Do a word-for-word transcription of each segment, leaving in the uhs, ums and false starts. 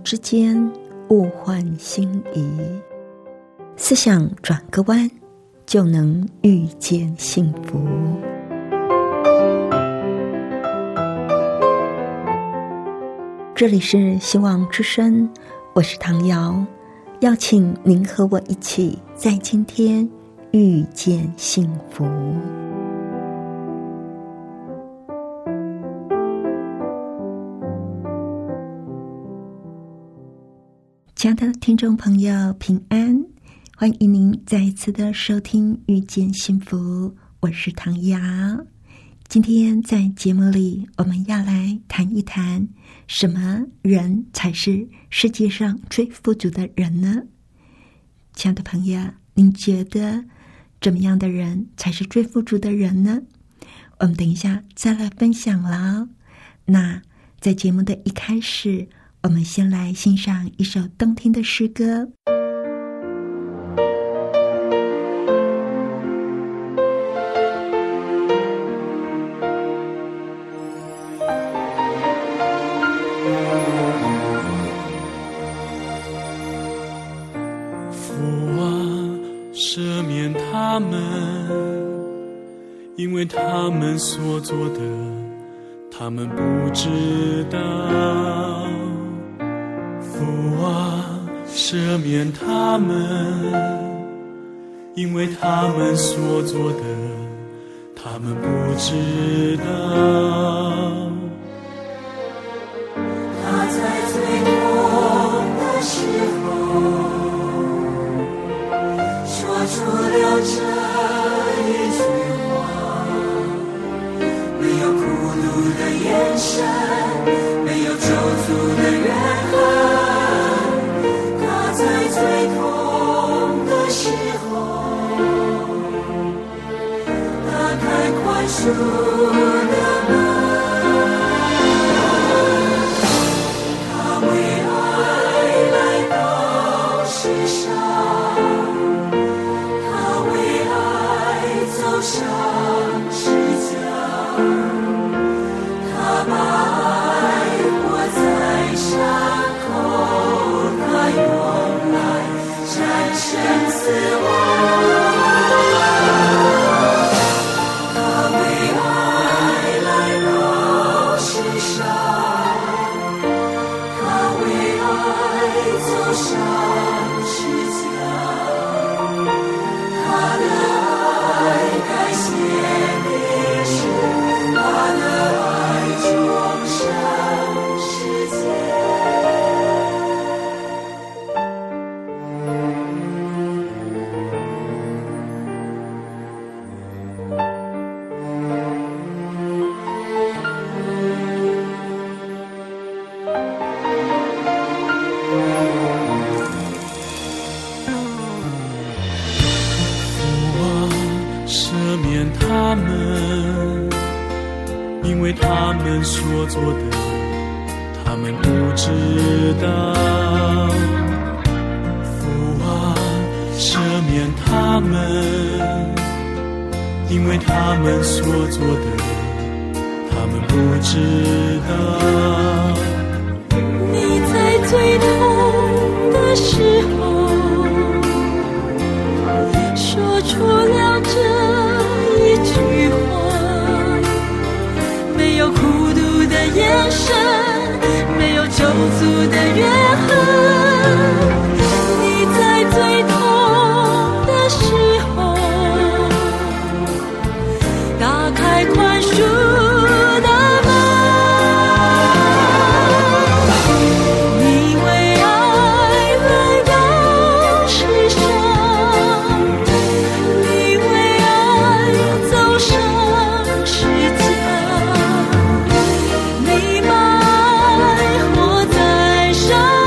之间，物换星移，思想转个弯，就能遇见幸福。这里是希望之声，我是唐瑶，邀请您和我一起在今天遇见幸福。亲爱的听众朋友，平安，欢迎您再一次的收听遇见幸福，我是唐瑶。今天在节目里，我们要来谈一谈，什么人才是世界上最富足的人呢？亲爱的朋友，您觉得怎么样的人才是最富足的人呢？我们等一下再来分享了。那在节目的一开始，我们先来欣赏一首动听的诗歌。 父啊，赦免他们，因为他们所做的，他们不知道。父啊，赦免他们，因为他们所做的，他们不知道。 他在最痛的时候，说出了这一句话，没有苦毒的眼神，没有咒诅的怨恨。在最痛的时候，打开宽恕的门，他为爱来到世上，他为爱走上十字架，他把爱活在伤口，他用战胜死亡，他为爱来到世上，他为爱走上十字架，他的爱改写历史，他的爱终生世界。他们，因为他们所做的，他们不知道。父啊，赦免他们，因为他们所做的，他们不知道。 你在最痛的时候，说出了这一句话，没有苦毒的眼神，没有咒诅的怨恨。你在最痛的时候，打开宽恕的门，你为爱来到世上，你为爱走上十字架，你把爱活在伤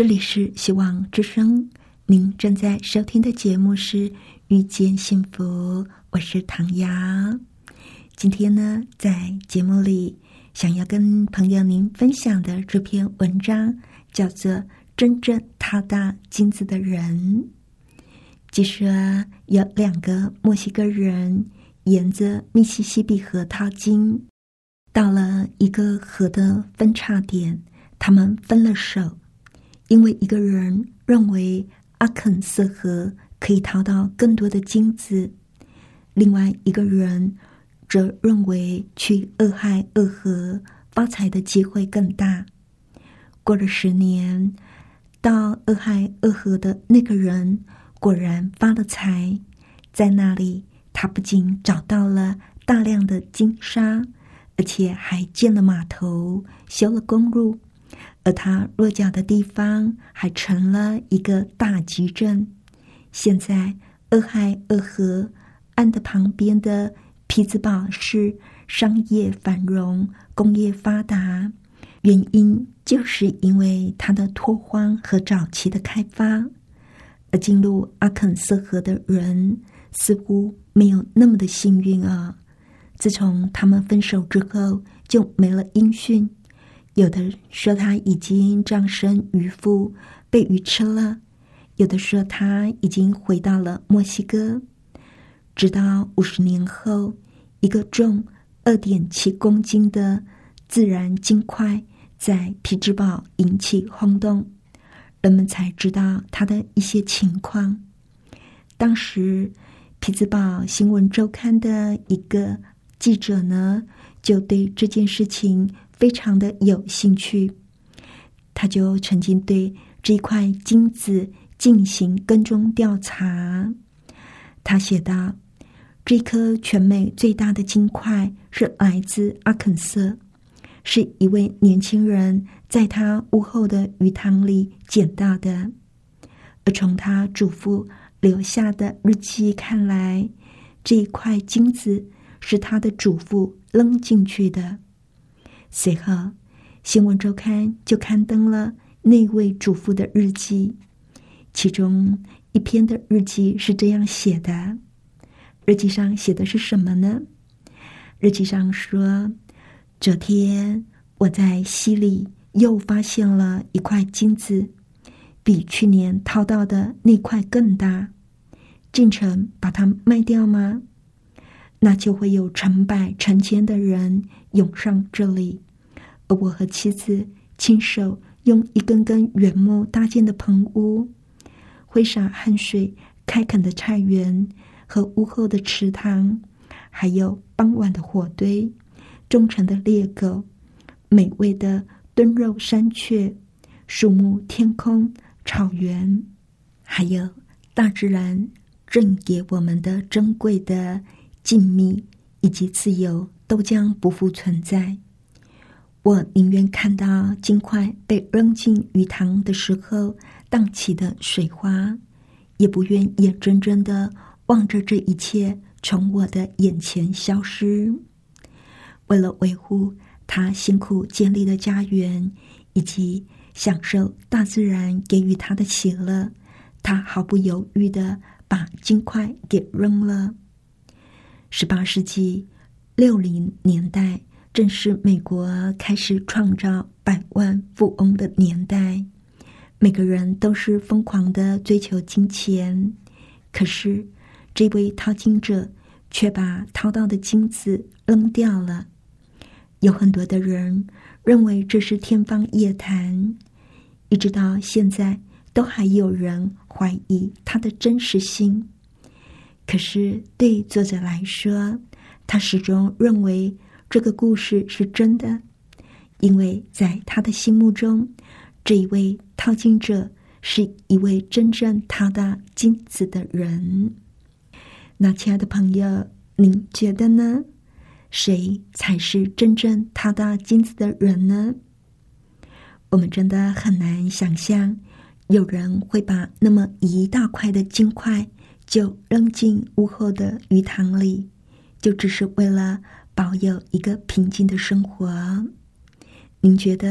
这里是希望之声，您正在收听的节目是遇见幸福，我是唐瑶。今天呢，在节目里想要跟朋友您分享的这篇文章叫做《真正掏大金子的人》。据说有两个墨西哥人沿着密西西比河淘金，到了一个河的分叉点，他们分了手，因为一个人认为阿肯色河可以淘到更多的金子，另外一个人则认为去俄亥俄河发财的机会更大。过了十年，到俄亥俄河的那个人果然发了财，在那里他不仅找到了大量的金沙，而且还建了码头，修了公路，而他落脚的地方还成了一个大集镇。现在俄亥俄河岸的旁边的匹兹堡市商业繁荣，工业发达，原因就是因为它的拓荒和早期的开发。而进入阿肯色河的人似乎没有那么的幸运啊！自从他们分手之后就没了音讯，有的说他已经葬身鱼腹，被鱼吃了，有的说他已经回到了墨西哥。直到五十年后，一个重 二点七公斤的自然金块在匹兹堡引起轰动，人们才知道他的一些情况。当时匹兹堡新闻周刊的一个记者呢，就对这件事情非常的有兴趣，他就曾经对这块金子进行跟踪调查。他写道，这颗全美最大的金块是来自阿肯色，是一位年轻人在他屋后的鱼塘里捡到的，而从他祖父留下的日记看来，这一块金子是他的祖父扔进去的。随后新闻周刊就刊登了那位祖父的日记，其中一篇的日记是这样写的。日记上写的是什么呢？日记上说，昨天我在溪里又发现了一块金子，比去年掏到的那块更大，进城把它卖掉吗？那就会有成百成千的人涌上这里，而我和妻子亲手用一根根原木搭建的棚屋，挥洒汗水开垦的菜园和屋后的池塘，还有傍晚的火堆，忠诚的猎狗，美味的炖肉山雀，树木天空草原，还有大自然赠给我们的珍贵的静谧以及自由，都将不复存在。我宁愿看到金块被扔进鱼塘的时候荡起的水花，也不愿眼睁睁地望着这一切从我的眼前消失。为了维护他辛苦建立的家园，以及享受大自然给予他的喜乐，他毫不犹豫地把金块给扔了。十八世纪六零年代正是美国开始创造百万富翁的年代，每个人都是疯狂地追求金钱，可是这位淘金者却把淘到的金子扔掉了。有很多的人认为这是天方夜谭，一直到现在都还有人怀疑它的真实性。可是对作者来说，他始终认为这个故事是真的，因为在他的心目中，这一位淘金者是一位真正淘到金子的人。那亲爱的朋友，您觉得呢？谁才是真正淘到金子的人呢？我们真的很难想象，有人会把那么一大块的金块就扔进屋后的鱼塘里，就只是为了保有一个平静的生活。您觉得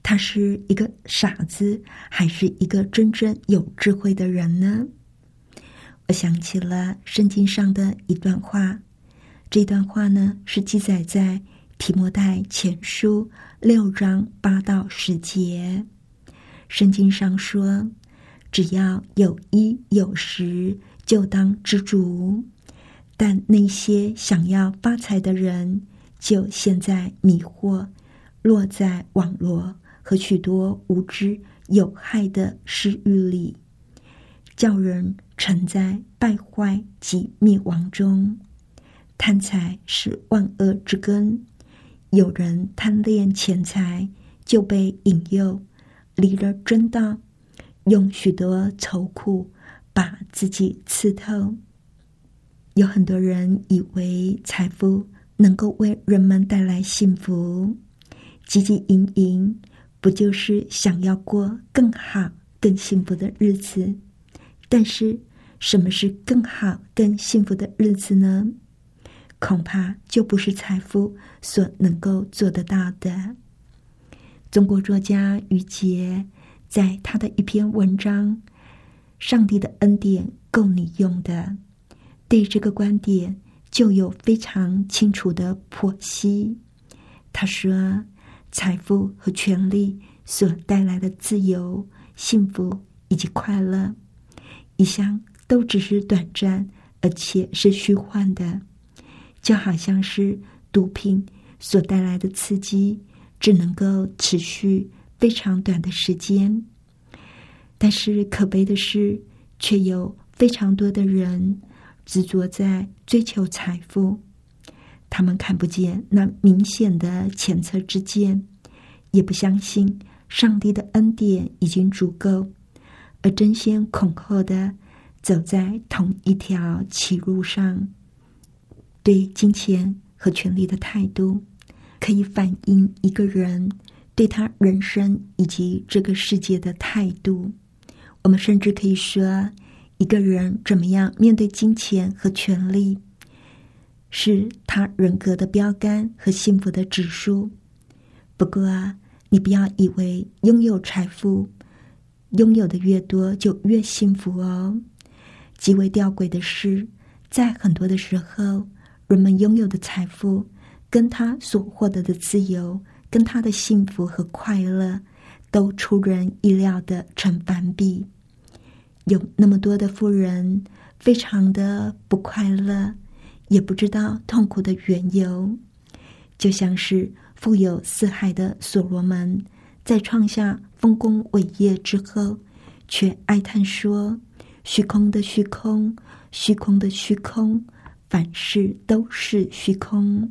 他是一个傻子，还是一个真正有智慧的人呢？我想起了圣经上的一段话，这段话呢是记载在提摩太前书六章八到十节。圣经上说，只要有衣有食，就当知足。但那些想要发财的人，就陷在迷惑，落在网罗和许多无知有害的私欲里，叫人沉在败坏及灭亡中。贪财是万恶之根，有人贪恋钱财，就被引诱，离了真道，用许多愁苦把自己刺透。有很多人以为财富能够为人们带来幸福，汲汲营营，不就是想要过更好更幸福的日子？但是什么是更好更幸福的日子呢？恐怕就不是财富所能够做得到的。中国作家余杰在他的一篇文章《上帝的恩典够你用的》，对这个观点就有非常清楚的剖析。他说，财富和权力所带来的自由、幸福以及快乐，一向都只是短暂，而且是虚幻的，就好像是毒品所带来的刺激，只能够持续非常短的时间。但是可悲的是，却有非常多的人执着在追求财富，他们看不见那明显的前车之鉴，也不相信上帝的恩典已经足够，而争先恐后的走在同一条歧路上。对金钱和权力的态度，可以反映一个人对他人生以及这个世界的态度。我们甚至可以说，一个人怎么样面对金钱和权力，是他人格的标杆和幸福的指数。不过啊，你不要以为拥有财富，拥有的越多就越幸福哦。极为吊诡的是，在很多的时候，人们拥有的财富跟他所获得的自由，跟他的幸福和快乐，都出人意料的成反比。有那么多的富人非常的不快乐，也不知道痛苦的缘由，就像是富有四海的所罗门，在创下丰功伟业之后，却哀叹说，虚空的虚空，虚空的虚空，凡事都是虚空。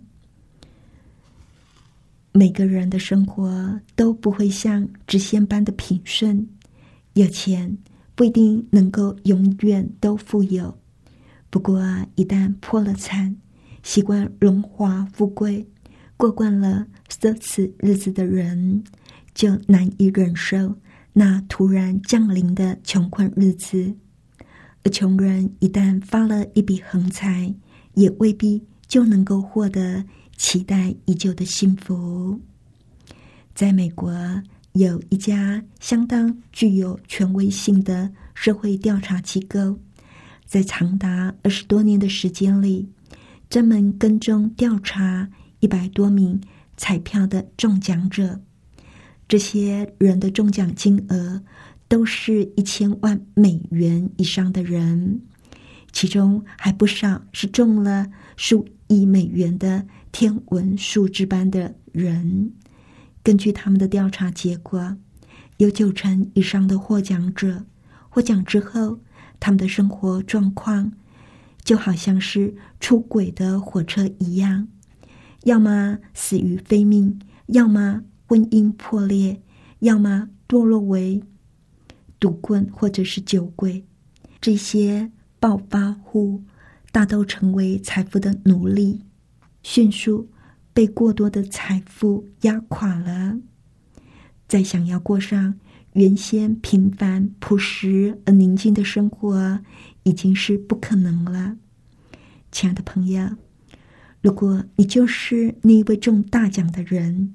每个人的生活都不会像直线般的平顺，有钱不一定能够永远都富有，不过一旦破了产，习惯荣华富贵，过惯了奢侈日子的人，就难以忍受那突然降临的穷困日子。而穷人一旦发了一笔横财，也未必就能够获得期待已久的幸福。在美国，有一家相当具有权威性的社会调查机构，在长达二十多年的时间里，专门跟踪调查一百多名彩票的中奖者。这些人的中奖金额都是一千万美元以上的人，其中还不少是中了数亿美元的天文数字般的人。根据他们的调查结果，有九成以上的获奖者获奖之后，他们的生活状况就好像是出轨的火车一样，要么死于非命，要么婚姻破裂，要么堕落为赌棍或者是酒鬼。这些暴发户大都成为财富的奴隶，迅速被过多的财富压垮了，再想要过上原先平凡朴实而宁静的生活，已经是不可能了。亲爱的朋友，如果你就是那一位中大奖的人，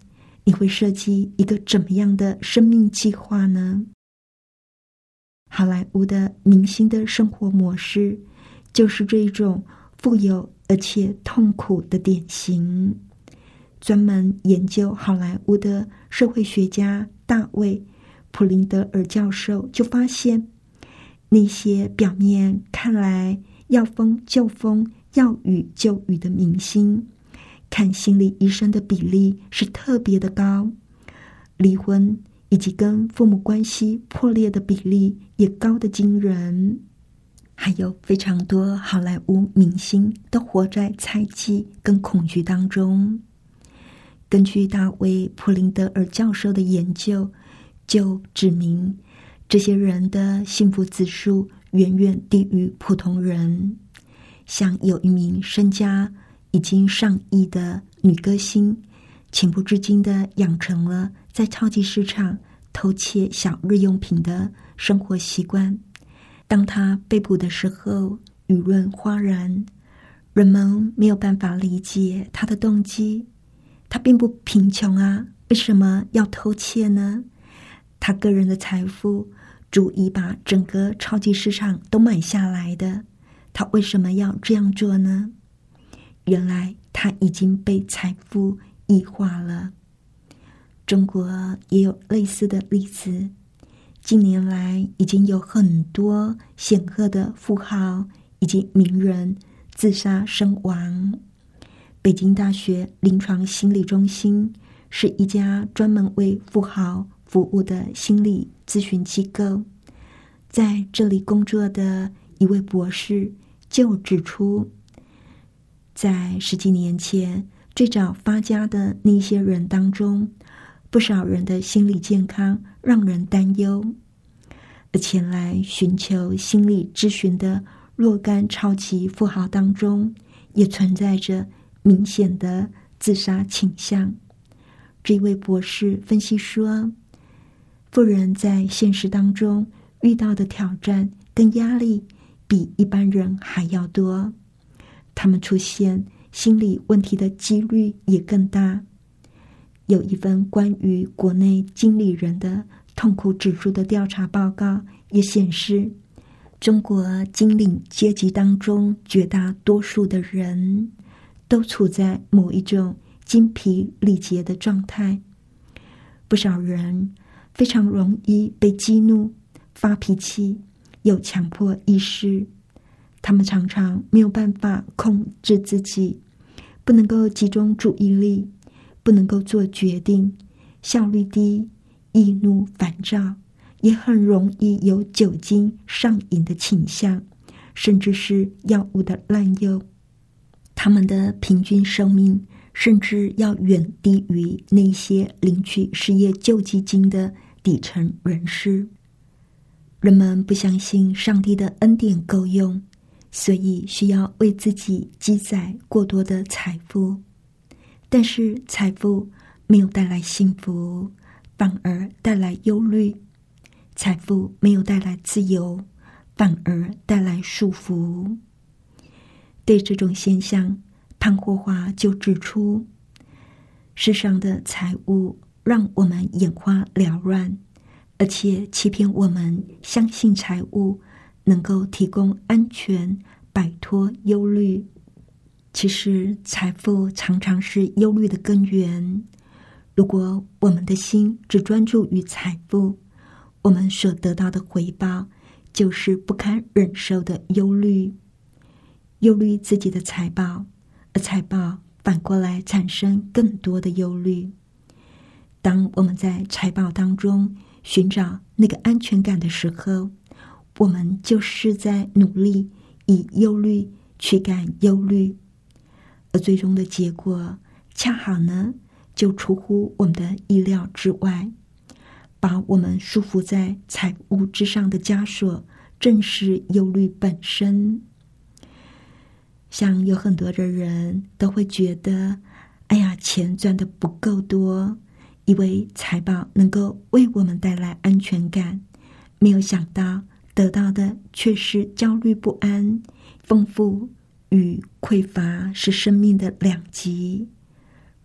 你会设计一个怎么样的生命计划呢？好莱坞的明星的生活模式就是这一种富有而且痛苦的典型。专门研究好莱坞的社会学家大卫·普林德尔教授就发现，那些表面看来要风就风、要雨就雨的明星，看心理医生的比例是特别的高，离婚以及跟父母关系破裂的比例也高得惊人。还有非常多好莱坞明星都活在猜忌跟恐惧当中。根据大卫·普林德尔教授的研究，就指明这些人的幸福指数远远低于普通人。像有一名身家已经上亿的女歌星，情不自禁地养成了在超级市场偷窃小日用品的生活习惯。当她被捕的时候，舆论哗然，人们没有办法理解她的动机。她并不贫穷啊，为什么要偷窃呢？她个人的财富足以把整个超级市场都买下来的，她为什么要这样做呢？原来她已经被财富异化了。中国也有类似的例子，近年来已经有很多显赫的富豪以及名人自杀身亡。北京大学临床心理中心是一家专门为富豪服务的心理咨询机构，在这里工作的一位博士就指出，在十几年前最早发家的那些人当中，不少人的心理健康让人担忧，而前来寻求心理咨询的若干超级富豪当中，也存在着明显的自杀倾向。这位博士分析说，富人在现实当中遇到的挑战跟压力比一般人还要多，他们出现心理问题的几率也更大。有一份关于国内经理人的痛苦指数的调查报告也显示，中国经理阶级当中绝大多数的人都处在某一种精疲力竭的状态。不少人非常容易被激怒、发脾气，有强迫意识，他们常常没有办法控制自己，不能够集中注意力，不能够做决定，效率低，易怒烦躁，也很容易有酒精上瘾的倾向，甚至是药物的滥用。他们的平均寿命甚至要远低于那些领取失业救济金的底层人士。人们不相信上帝的恩典够用，所以需要为自己积攒过多的财富。但是财富没有带来幸福，反而带来忧虑；财富没有带来自由，反而带来束缚。对这种现象，潘霍华就指出，世上的财物让我们眼花缭乱，而且欺骗我们相信财物能够提供安全，摆脱忧虑。其实财富常常是忧虑的根源。如果我们的心只专注于财富，我们所得到的回报就是不堪忍受的忧虑。忧虑自己的财宝，而财宝反过来产生更多的忧虑。当我们在财宝当中寻找那个安全感的时候，我们就是在努力以忧虑驱赶忧虑，而最终的结果恰好呢就出乎我们的意料之外。把我们束缚在财物之上的枷锁，正是忧虑本身。像有很多的人都会觉得，哎呀，钱赚得不够多，以为财宝能够为我们带来安全感，没有想到得到的却是焦虑不安。丰富与匮乏是生命的两极。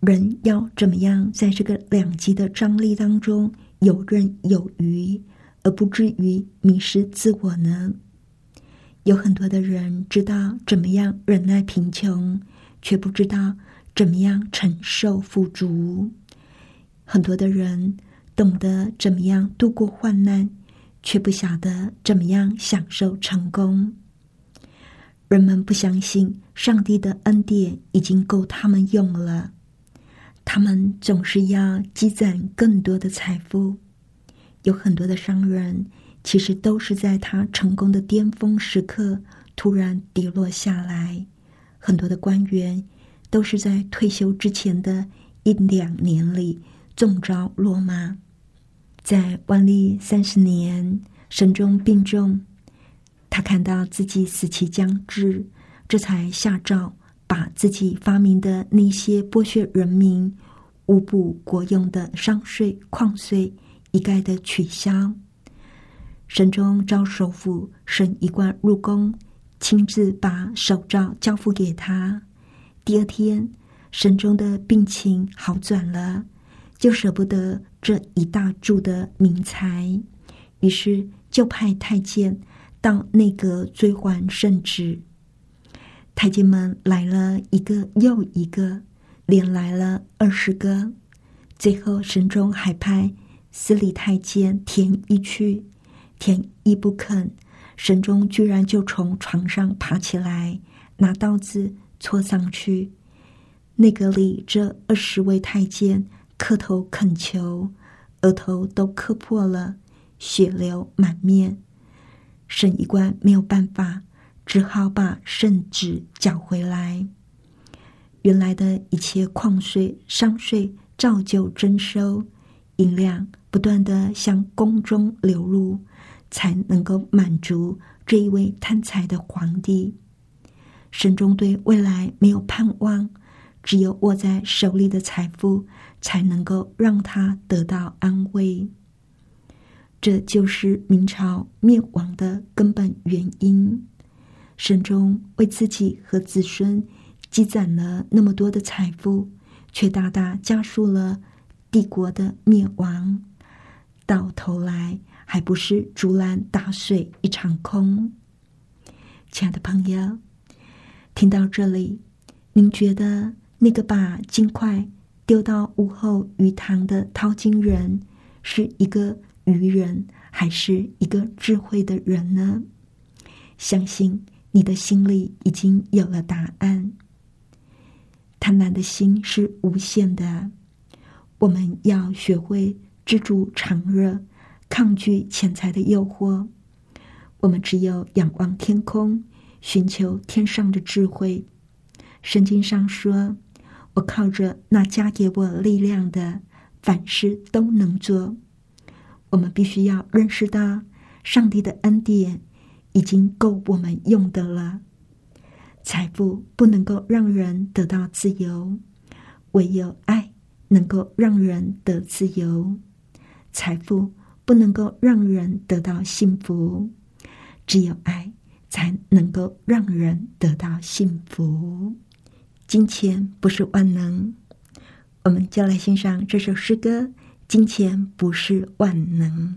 人要怎么样在这个两极的张力当中游刃有余，而不至于迷失自我呢？有很多的人知道怎么样忍耐贫穷，却不知道怎么样承受富足。很多的人懂得怎么样度过患难，却不晓得怎么样享受成功。人们不相信上帝的恩典已经够他们用了，他们总是要积攒更多的财富。有很多的商人其实都是在他成功的巅峰时刻突然跌落下来，很多的官员都是在退休之前的一两年里中招落马。在万历三十年，神中病重，他看到自己死期将至，这才下诏把自己发明的那些剥削人民、无补国用的商税、矿税一概的取消。神中召首辅沈一贯入宫，亲自把手诏交付给他。第二天，神中的病情好转了，就舍不得这一大柱的民财，于是就派太监到内阁追还圣旨。太监们来了一个又一个，连来了二十个。最后神中还派司礼太监田一去，田一不肯，神中居然就从床上爬起来，拿刀子戳上去。内阁里这二十位太监磕头恳求，额头都磕破了，血流满面。沈一贯没有办法，只好把圣旨缴回来。原来的一切矿税、商税照旧征收，银两不断地向宫中流入，才能够满足这一位贪财的皇帝。神中对未来没有盼望，只有握在手里的财富才能够让他得到安慰。这就是明朝灭亡的根本原因。神中为自己和子孙积攒了那么多的财富，却大大加速了帝国的灭亡，到头来还不是竹篮打水一场空。亲爱的朋友，听到这里，您觉得那个把金块丢到屋后鱼塘的淘金人是一个愚人，还是一个智慧的人呢？相信你的心里已经有了答案。贪婪的心是无限的，我们要学会知足常乐，抗拒钱财的诱惑。我们只有仰望天空，寻求天上的智慧。圣经上说，我靠着那加给我力量的，凡事都能做。我们必须要认识到，上帝的恩典已经够我们用的了。财富不能够让人得到自由，唯有爱能够让人得自由。财富不能够让人得到幸福，只有爱才能够让人得到幸福。金钱不是万能，我们就来欣赏这首诗歌，金钱不是万能。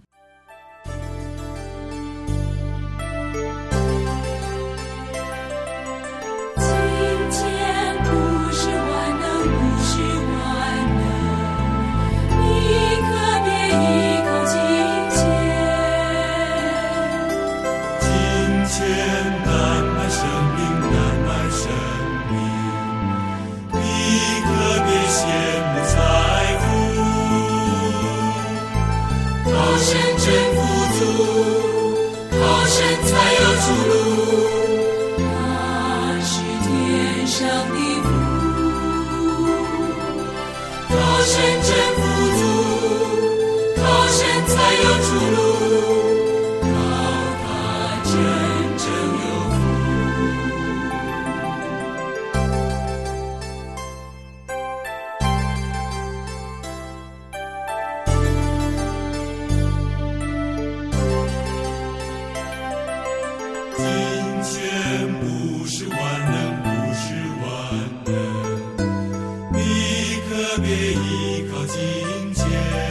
不是万能，不是万能，你可别依靠金钱，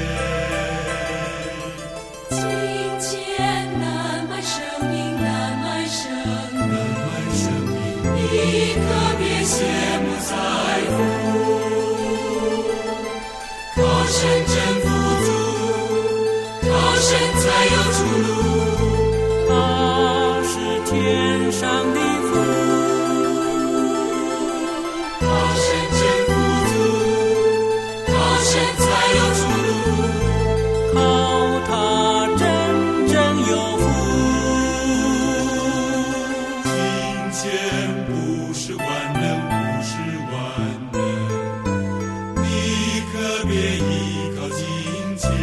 金钱难买生命，难买生命， 难买生命。 你可别羡慕财富，靠神真富足，靠神才有出路， 他是天上的父， 靠神真富足，靠神才有出路， 靠他真正有福。 金钱不是万能，不是万能，你可别依靠金钱。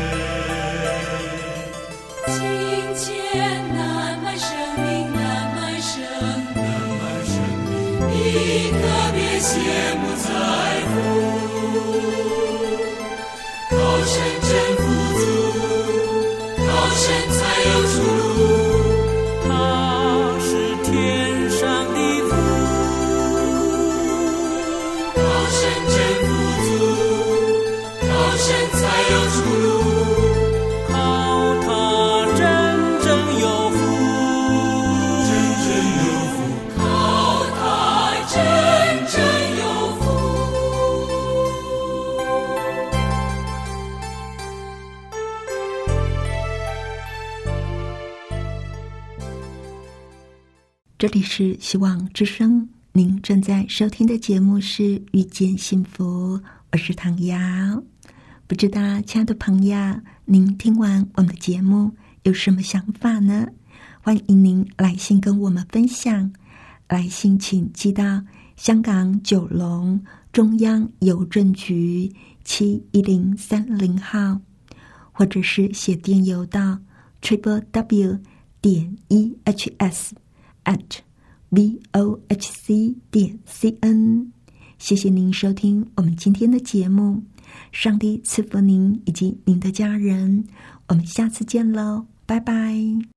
金钱难买生命，难买生命， 难买生命， 你可别羡慕财富，靠神真富足，靠神才有出路， 他是天上的父， 靠神真富足，靠神才有出路， 靠他真正有福。 真正有福。 靠他真正有福。 这里是希望之声，您正在收听的节目是遇见幸福，我是唐瑶。不知道亲爱的朋友，您听完我们的节目有什么想法呢？欢迎您来信跟我们分享，来信请寄到香港九龙中央邮政局七一零三零号，或者是写电邮到 triple w 点 e h s at vohc 点 cn。 谢谢您收听我们今天的节目，上帝赐福您以及您的家人，我们下次见喽，拜拜。